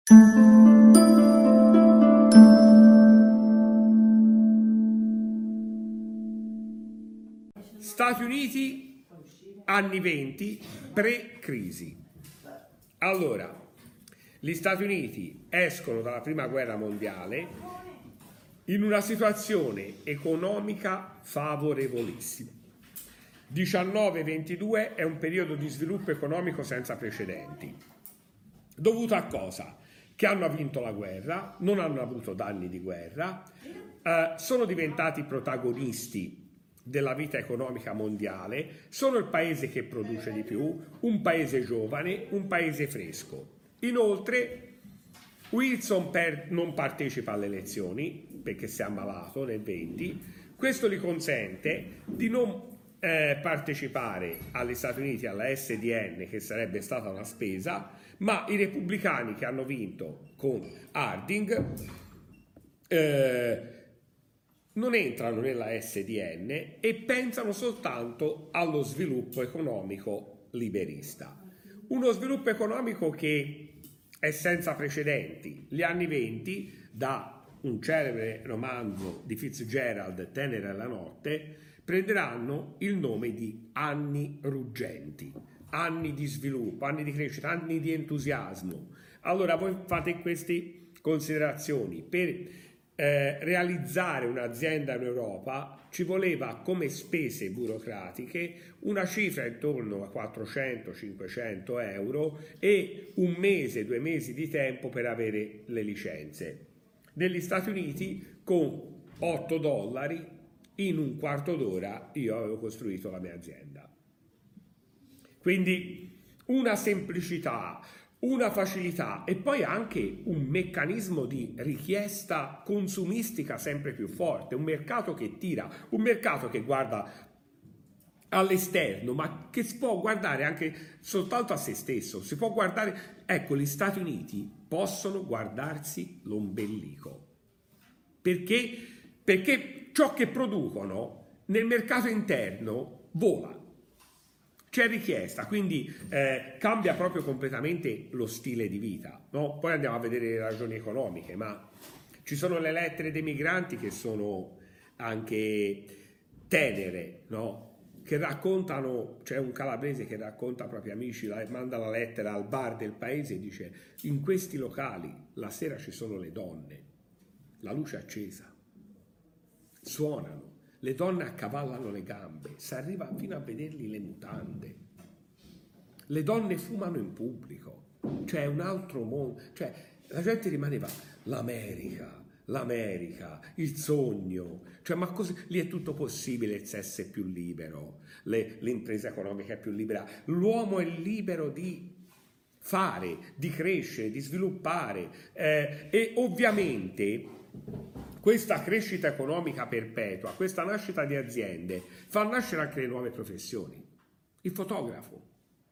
Stati Uniti, anni 20, pre-crisi. Allora, gli Stati Uniti escono dalla prima guerra mondiale in una situazione economica favorevolissima. 19-22 è un periodo di sviluppo economico senza precedenti. Dovuto a cosa? Che hanno vinto la guerra, non hanno avuto danni di guerra, sono diventati protagonisti della vita economica mondiale, sono il paese che produce di più, un paese giovane, un paese fresco. Inoltre Wilson non partecipa alle elezioni perché si è ammalato nel 20, questo gli consente di non partecipare agli Stati Uniti alla SDN, che sarebbe stata una spesa, ma i repubblicani che hanno vinto con Harding non entrano nella SDN e pensano soltanto allo sviluppo economico liberista. Uno sviluppo economico che è senza precedenti. Gli anni 20, da un celebre romanzo di Fitzgerald, Tenera la notte, prenderanno il nome di anni ruggenti, anni di sviluppo, anni di crescita, anni di entusiasmo. Allora voi fate queste considerazioni. Per realizzare un'azienda in Europa ci voleva come spese burocratiche una cifra intorno a 400-500 euro e un mese, 2 mesi di tempo per avere le licenze. Negli Stati Uniti con $8 in un quarto d'ora io avevo costruito la mia azienda. Quindi una semplicità, una facilità e poi anche un meccanismo di richiesta consumistica sempre più forte, un mercato che tira, un mercato che guarda all'esterno, ma che si può guardare anche soltanto a se stesso. Si può guardare, ecco, gli Stati Uniti possono guardarsi l'ombelico. Perché ciò che producono nel mercato interno vola. C'è richiesta, quindi cambia proprio completamente lo stile di vita, no? Poi andiamo a vedere le ragioni economiche, ma ci sono le lettere dei migranti che sono anche tenere, no? Che raccontano, c'è un calabrese che racconta ai propri amici, manda la lettera al bar del paese e dice: in questi locali la sera ci sono le donne, la luce è accesa, suonano. Le donne accavallano le gambe, si arriva fino a vedergli le mutande. Le donne fumano in pubblico, cioè è un altro mondo. Cioè la gente rimaneva l'America, il sogno. Cioè ma così, lì è tutto possibile, il sesso è più libero, l'impresa economica è più libera. L'uomo è libero di fare, di crescere, di sviluppare e ovviamente questa crescita economica perpetua, questa nascita di aziende, fa nascere anche le nuove professioni. Il fotografo,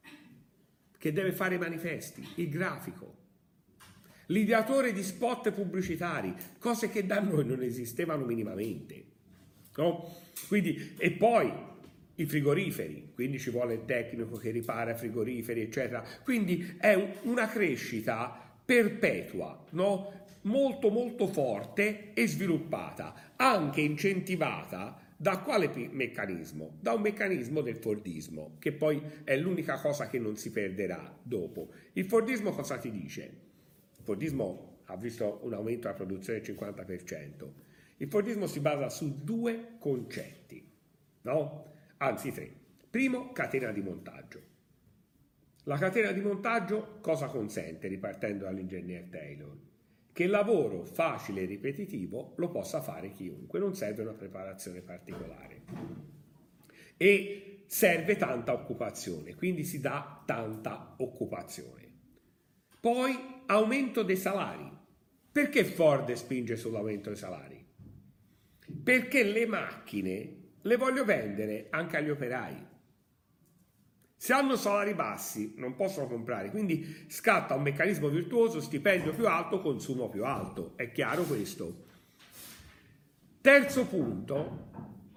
che deve fare i manifesti, il grafico, l'ideatore di spot pubblicitari, cose che da noi non esistevano minimamente. No? Quindi, e poi i frigoriferi, quindi ci vuole il tecnico che ripara frigoriferi, eccetera. Quindi è una crescita perpetua, no? Molto molto forte e sviluppata, anche incentivata da quale meccanismo? Da un meccanismo del Fordismo, che poi è l'unica cosa che non si perderà dopo. Il Fordismo cosa ti dice? Il Fordismo ha visto un aumento della produzione del 50%. Il Fordismo si basa su 2 concetti, no? Anzi 3. Primo, catena di montaggio. La catena di montaggio cosa consente, ripartendo dall'ingegner Taylor? Che il lavoro facile e ripetitivo lo possa fare chiunque, non serve una preparazione particolare. E serve tanta occupazione, quindi si dà tanta occupazione. Poi aumento dei salari. Perché Ford spinge sull'aumento dei salari? Perché le macchine le voglio vendere anche agli operai. Se hanno salari bassi non possono comprare, quindi scatta un meccanismo virtuoso, stipendio più alto, consumo più alto. È chiaro questo? Terzo punto,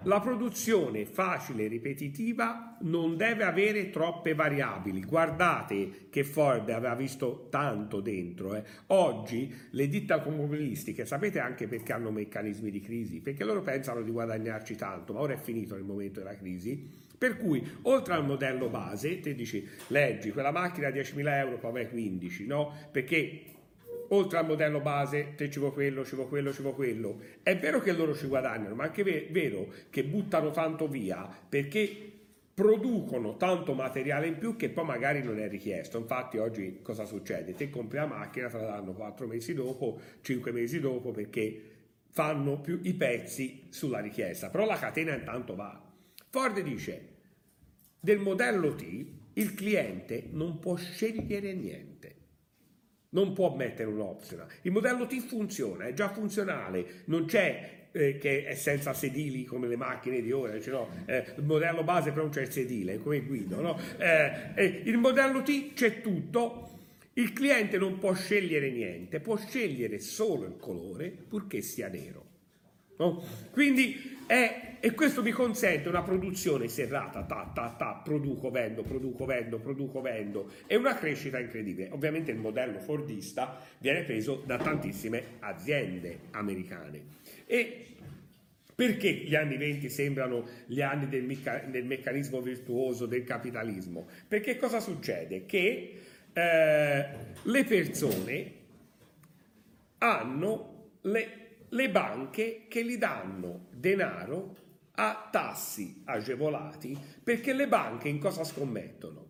La produzione facile e ripetitiva non deve avere troppe variabili. Guardate che Ford aveva visto tanto dentro. Oggi le ditte automobilistiche, sapete anche perché hanno meccanismi di crisi? Perché loro pensano di guadagnarci tanto, ma ora è finito il momento della crisi. Per cui, oltre al modello base, te dici, leggi, quella macchina a 10.000 euro, poi vai 15, no? Perché oltre al modello base, te ci vuoi quello, ci vuoi quello, ci vuoi quello. È vero che loro ci guadagnano, ma anche vero che buttano tanto via perché producono tanto materiale in più che poi magari non è richiesto. Infatti oggi cosa succede? Te compri la macchina, te la danno 4 mesi dopo, 5 mesi dopo perché fanno più i pezzi sulla richiesta. Però la catena intanto va. Ford dice, del modello T il cliente non può scegliere niente. Non può mettere un optional. Il modello T funziona, è già funzionale, non c'è che è senza sedili come le macchine di ora, cioè, no, il modello base però non c'è il sedile, come guido, no? Il modello T c'è tutto, il cliente non può scegliere niente, può scegliere solo il colore purché sia nero. No? Quindi e questo mi consente una produzione serrata, produco, vendo, e una crescita incredibile. Ovviamente il modello fordista viene preso da tantissime aziende americane. E perché gli anni 20 sembrano gli anni del meccanismo virtuoso del capitalismo? Perché cosa succede? Che le persone hanno le banche che gli danno denaro a tassi agevolati, perché le banche in cosa scommettono?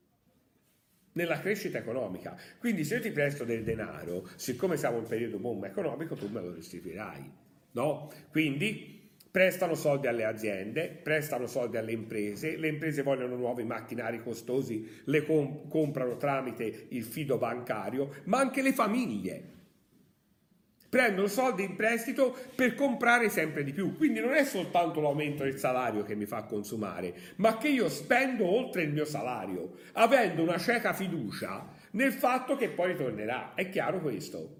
Nella crescita economica. Quindi se io ti presto del denaro, siccome siamo in periodo bomba economico, tu me lo restituirai, no? Quindi prestano soldi alle aziende, prestano soldi alle imprese, le imprese vogliono nuovi macchinari costosi, le comprano tramite il fido bancario, ma anche le famiglie prendono soldi in prestito per comprare sempre di più. Quindi non è soltanto l'aumento del salario che mi fa consumare, ma che io spendo oltre il mio salario, avendo una cieca fiducia nel fatto che poi ritornerà. È chiaro questo?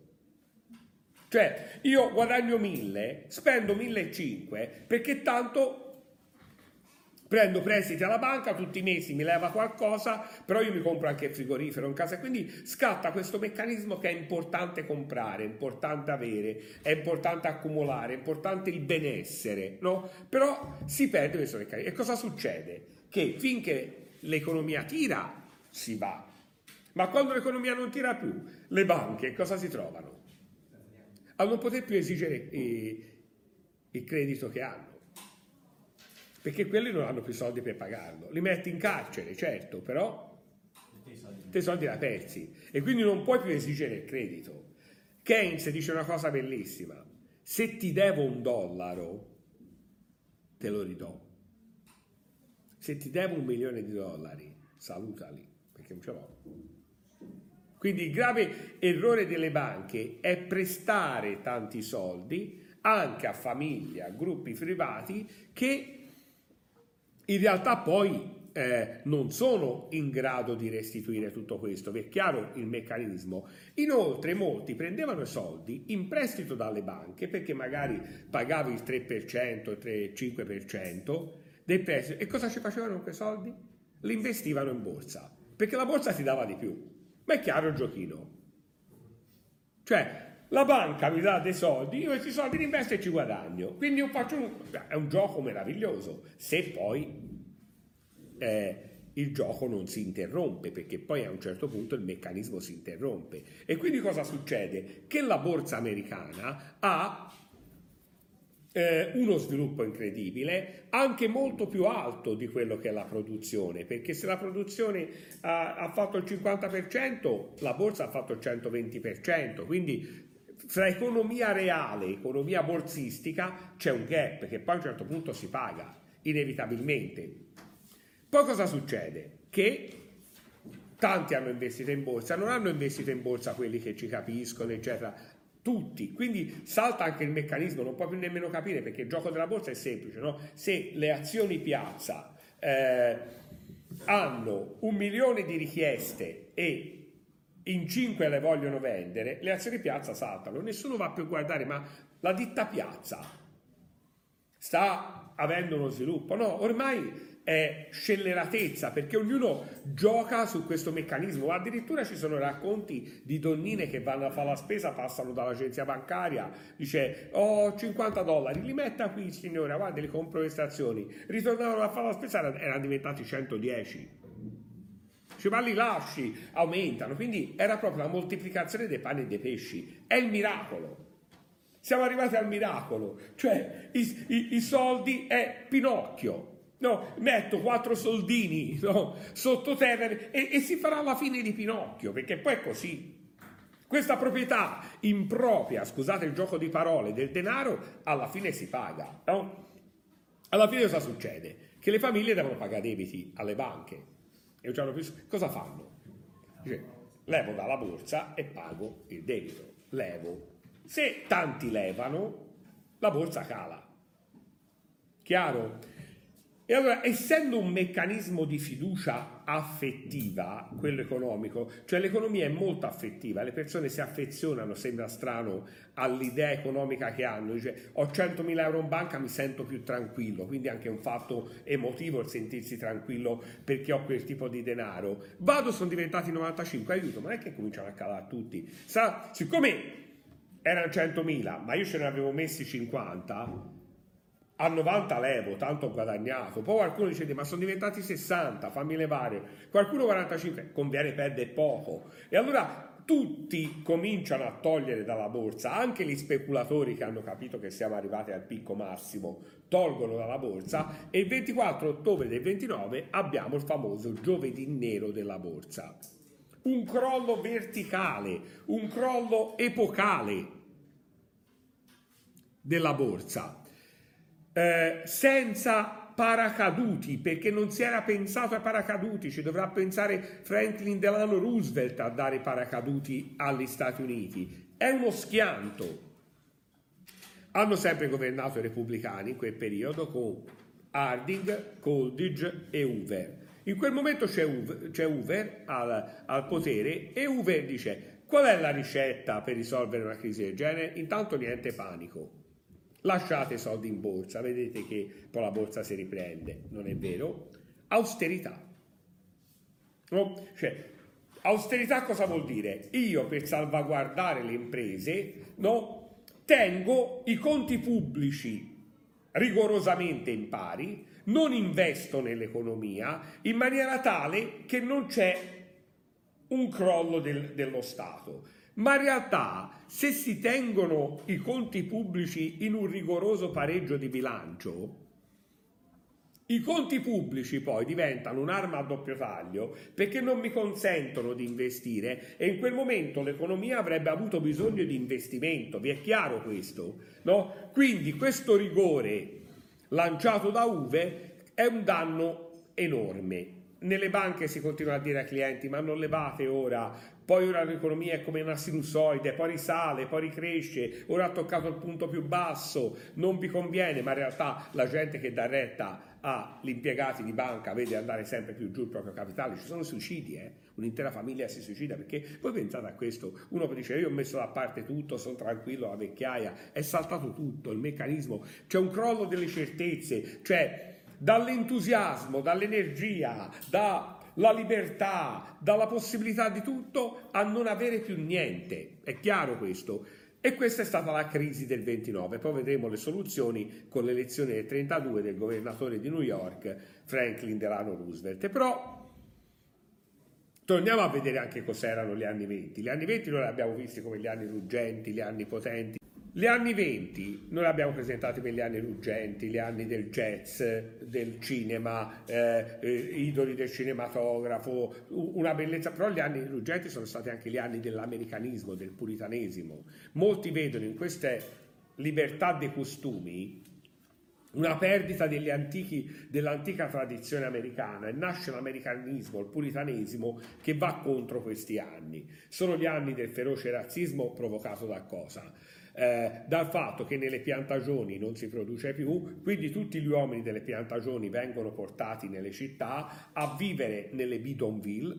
Cioè, io guadagno 1.000, spendo 1.500 perché tanto prendo prestiti alla banca, tutti i mesi mi leva qualcosa, però io mi compro anche il frigorifero in casa, quindi scatta questo meccanismo che è importante comprare, è importante avere, è importante accumulare, è importante il benessere, no? Però si perde questo meccanismo. E cosa succede? Che finché l'economia tira, si va, ma quando l'economia non tira più, le banche cosa si trovano? A non poter più esigere il credito che hanno. Perché quelli non hanno più soldi per pagarlo, li metti in carcere, certo, però te soldi li hai persi e quindi non puoi più esigere il credito. Keynes dice una cosa bellissima: se ti devo $1 te lo ridò, se ti devo $1.000.000 salutali perché non ce l'ho. Quindi il grave errore delle banche è prestare tanti soldi anche a famiglie, a gruppi privati che in realtà poi non sono in grado di restituire tutto questo, vi è chiaro il meccanismo. Inoltre molti prendevano i soldi in prestito dalle banche perché magari pagavi il 3%, il 5% del prestito, e cosa ci facevano con quei soldi? Li investivano in borsa, perché la borsa ti dava di più. Ma è chiaro il giochino. Cioè, la banca mi dà dei soldi, io questi soldi li investo e ci guadagno. Quindi io è un gioco meraviglioso, se poi il gioco non si interrompe, perché poi a un certo punto il meccanismo si interrompe. E quindi cosa succede? Che la borsa americana ha uno sviluppo incredibile, anche molto più alto di quello che è la produzione, perché se la produzione ha fatto il 50%, la borsa ha fatto il 120%, quindi fra economia reale e economia borsistica c'è un gap che poi a un certo punto si paga, inevitabilmente. Poi cosa succede? Che tanti hanno investito in borsa, non hanno investito in borsa quelli che ci capiscono, eccetera, tutti, quindi salta anche il meccanismo, non puoi più nemmeno capire, perché il gioco della borsa è semplice, no? Se le azioni piazza hanno 1 milione di richieste e in 5 le vogliono vendere, le azioni piazza saltano, nessuno va più a guardare, ma la ditta piazza sta avendo uno sviluppo. No, ormai è scelleratezza, perché ognuno gioca su questo meccanismo. Addirittura ci sono racconti di donnine che vanno a fare la spesa, passano dall'agenzia bancaria, dice ho $50, li metta qui signora, guarda, li compro queste azioni. Ritornavano a fare la spesa, erano diventati 110. Cioè, ma li lasci, aumentano. Quindi era proprio la moltiplicazione dei pani e dei pesci. È il miracolo. Siamo arrivati al miracolo. Cioè, i soldi è Pinocchio. No, metto 4 soldini, no, sottoterra e si farà la fine di Pinocchio, perché poi è così. Questa proprietà impropria, scusate il gioco di parole, del denaro, alla fine si paga, no? Alla fine cosa succede? Che le famiglie devono pagare debiti alle banche. E cosa fanno? Dice, levo dalla borsa e pago il debito. Levo. Se tanti levano, la borsa cala. Chiaro? E allora, essendo un meccanismo di fiducia affettiva, quello economico, cioè l'economia è molto affettiva, le persone si affezionano, sembra strano, all'idea economica che hanno, dice ho 100.000 euro in banca, mi sento più tranquillo, quindi anche un fatto emotivo il sentirsi tranquillo perché ho quel tipo di denaro. Vado, sono diventati 95, aiuto, ma non è che cominciano a calare tutti. Siccome erano 100.000, ma io ce ne avevo messi 50, a 90 levo, tanto ho guadagnato. Poi qualcuno dice, ma sono diventati 60, fammi levare. Qualcuno 45, conviene perdere poco. E allora tutti cominciano a togliere dalla borsa, anche gli speculatori che hanno capito che siamo arrivati al picco massimo, tolgono dalla borsa e il 24 ottobre del 29 abbiamo il famoso giovedì nero della borsa. Un crollo verticale, un crollo epocale della borsa. Senza paracaduti, perché non si era pensato ai paracaduti, ci dovrà pensare Franklin Delano Roosevelt a dare paracaduti agli Stati Uniti. È uno schianto. Hanno sempre governato i repubblicani in quel periodo con Harding, Coolidge e Hoover. In quel momento c'è Hoover al potere e Hoover dice qual è la ricetta per risolvere una crisi del genere? Intanto niente panico. Lasciate i soldi in borsa, vedete che poi la borsa si riprende. Non è vero? Austerità. No? Cioè, austerità cosa vuol dire? Io per salvaguardare le imprese, no, tengo i conti pubblici rigorosamente in pari, non investo nell'economia in maniera tale che non c'è un crollo dello Stato. Ma in realtà, se si tengono i conti pubblici in un rigoroso pareggio di bilancio, i conti pubblici poi diventano un'arma a doppio taglio perché non mi consentono di investire e in quel momento l'economia avrebbe avuto bisogno di investimento, vi è chiaro questo? No? Quindi questo rigore lanciato da Uve è un danno enorme. Nelle banche si continua a dire ai clienti ma non levate ora, poi ora l'economia è come una sinusoide, poi risale, poi ricresce, ora ha toccato il punto più basso, non vi conviene, ma in realtà la gente che dà retta agli impiegati di banca vede andare sempre più giù il proprio capitale, ci sono suicidi, un'intera famiglia si suicida, perché voi pensate a questo, uno dice io ho messo da parte tutto, sono tranquillo, la vecchiaia, è saltato tutto, il meccanismo, c'è un crollo delle certezze, cioè dall'entusiasmo, dall'energia, dalla libertà, dalla possibilità di tutto a non avere più niente, è chiaro questo? E questa è stata la crisi del 29, poi vedremo le soluzioni con l'elezione del 32 del governatore di New York, Franklin Delano Roosevelt. Però torniamo a vedere anche cos'erano gli anni 20. Gli anni 20 noi li abbiamo visti come gli anni ruggenti, gli anni potenti. Gli anni 20 noi li abbiamo presentati per gli anni ruggenti, gli anni del jazz, del cinema, idoli del cinematografo, una bellezza, però gli anni ruggenti sono stati anche gli anni dell'americanismo, del puritanesimo. Molti vedono in queste libertà dei costumi una perdita dell'antica tradizione americana e nasce l'americanismo, il puritanesimo che va contro questi anni. Sono gli anni del feroce razzismo provocato da cosa? Dal fatto che nelle piantagioni non si produce più, quindi tutti gli uomini delle piantagioni vengono portati nelle città a vivere nelle bidonville,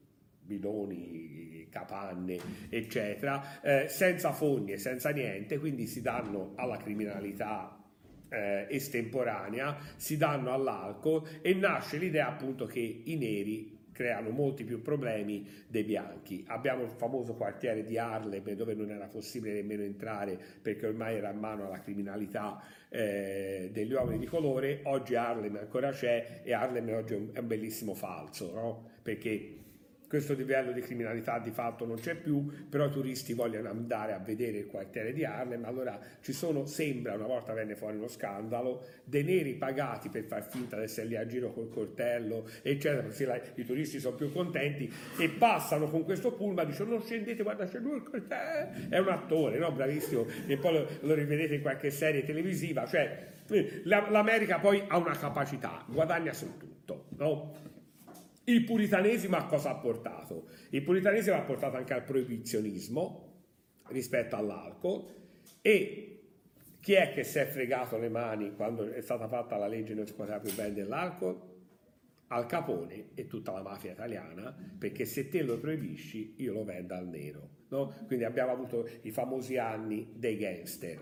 bidoni, capanne, eccetera, senza fogne, senza niente, quindi si danno alla criminalità estemporanea, si danno all'alcol e nasce l'idea appunto che i neri creano molti più problemi dei bianchi. Abbiamo il famoso quartiere di Harlem dove non era possibile nemmeno entrare perché ormai era in mano alla criminalità degli uomini di colore. Oggi Harlem ancora c'è e Harlem oggi è un bellissimo falso, no? Perché questo livello di criminalità di fatto non c'è più, però i turisti vogliono andare a vedere il quartiere di Harlem, allora ci sono, sembra, una volta venne fuori uno scandalo, dei neri pagati per far finta di essere lì a giro col coltello, eccetera, così i turisti sono più contenti e passano con questo pullman, dicono non scendete, guarda c'è lui il coltello, è un attore, no? Bravissimo, e poi lo rivedete in qualche serie televisiva, cioè l'America poi ha una capacità, guadagna su tutto, no? Il puritanesimo a cosa ha portato? Il puritanesimo ha portato anche al proibizionismo rispetto all'alcol e chi è che si è fregato le mani quando è stata fatta la legge non si poteva più bene dell'alcol? Al Capone e tutta la mafia italiana, perché se te lo proibisci io lo vendo al nero, no? Quindi abbiamo avuto i famosi anni dei gangster.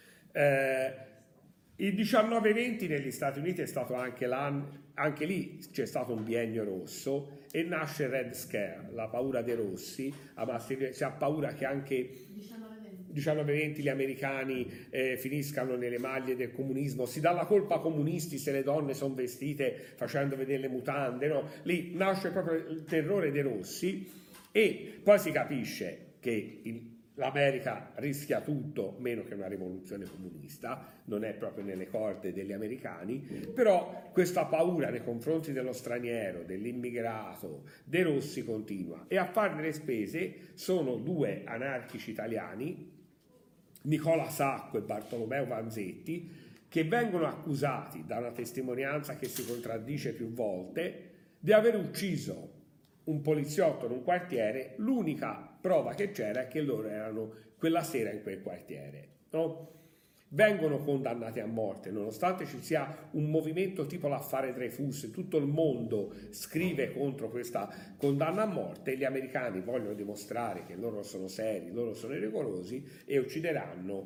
Il 19-20 negli Stati Uniti è stato anche l'anno, anche lì c'è stato un biennio rosso e nasce il Red Scare, la paura dei rossi, si ha paura che anche 19-20 gli americani finiscano nelle maglie del comunismo, si dà la colpa ai comunisti se le donne sono vestite facendo vedere le mutande, no? Lì nasce proprio il terrore dei rossi e poi si capisce che l'America rischia tutto meno che una rivoluzione comunista, non è proprio nelle corde degli americani, però questa paura nei confronti dello straniero, dell'immigrato, dei rossi continua e a farne le spese sono due anarchici italiani, Nicola Sacco e Bartolomeo Vanzetti, che vengono accusati da una testimonianza che si contraddice più volte di aver ucciso un poliziotto in un quartiere. L'unica prova che c'era è che loro erano quella sera in quel quartiere, no? Vengono condannati a morte, nonostante ci sia un movimento tipo l'affare Dreyfus, tutto il mondo scrive contro questa condanna a morte, gli americani vogliono dimostrare che loro sono seri, loro sono rigorosi e uccideranno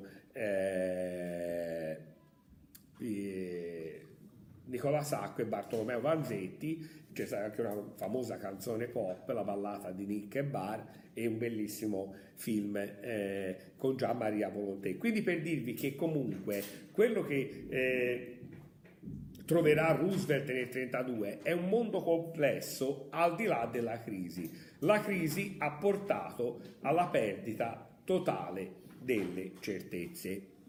Nicola Sacco e Bartolomeo Vanzetti. C'è stata anche una famosa canzone pop, la ballata di Nick e Bar, e un bellissimo film con Gian Maria Volonté. Quindi per dirvi che comunque quello che troverà Roosevelt nel 1932 è un mondo complesso al di là della crisi. La crisi ha portato alla perdita totale delle certezze.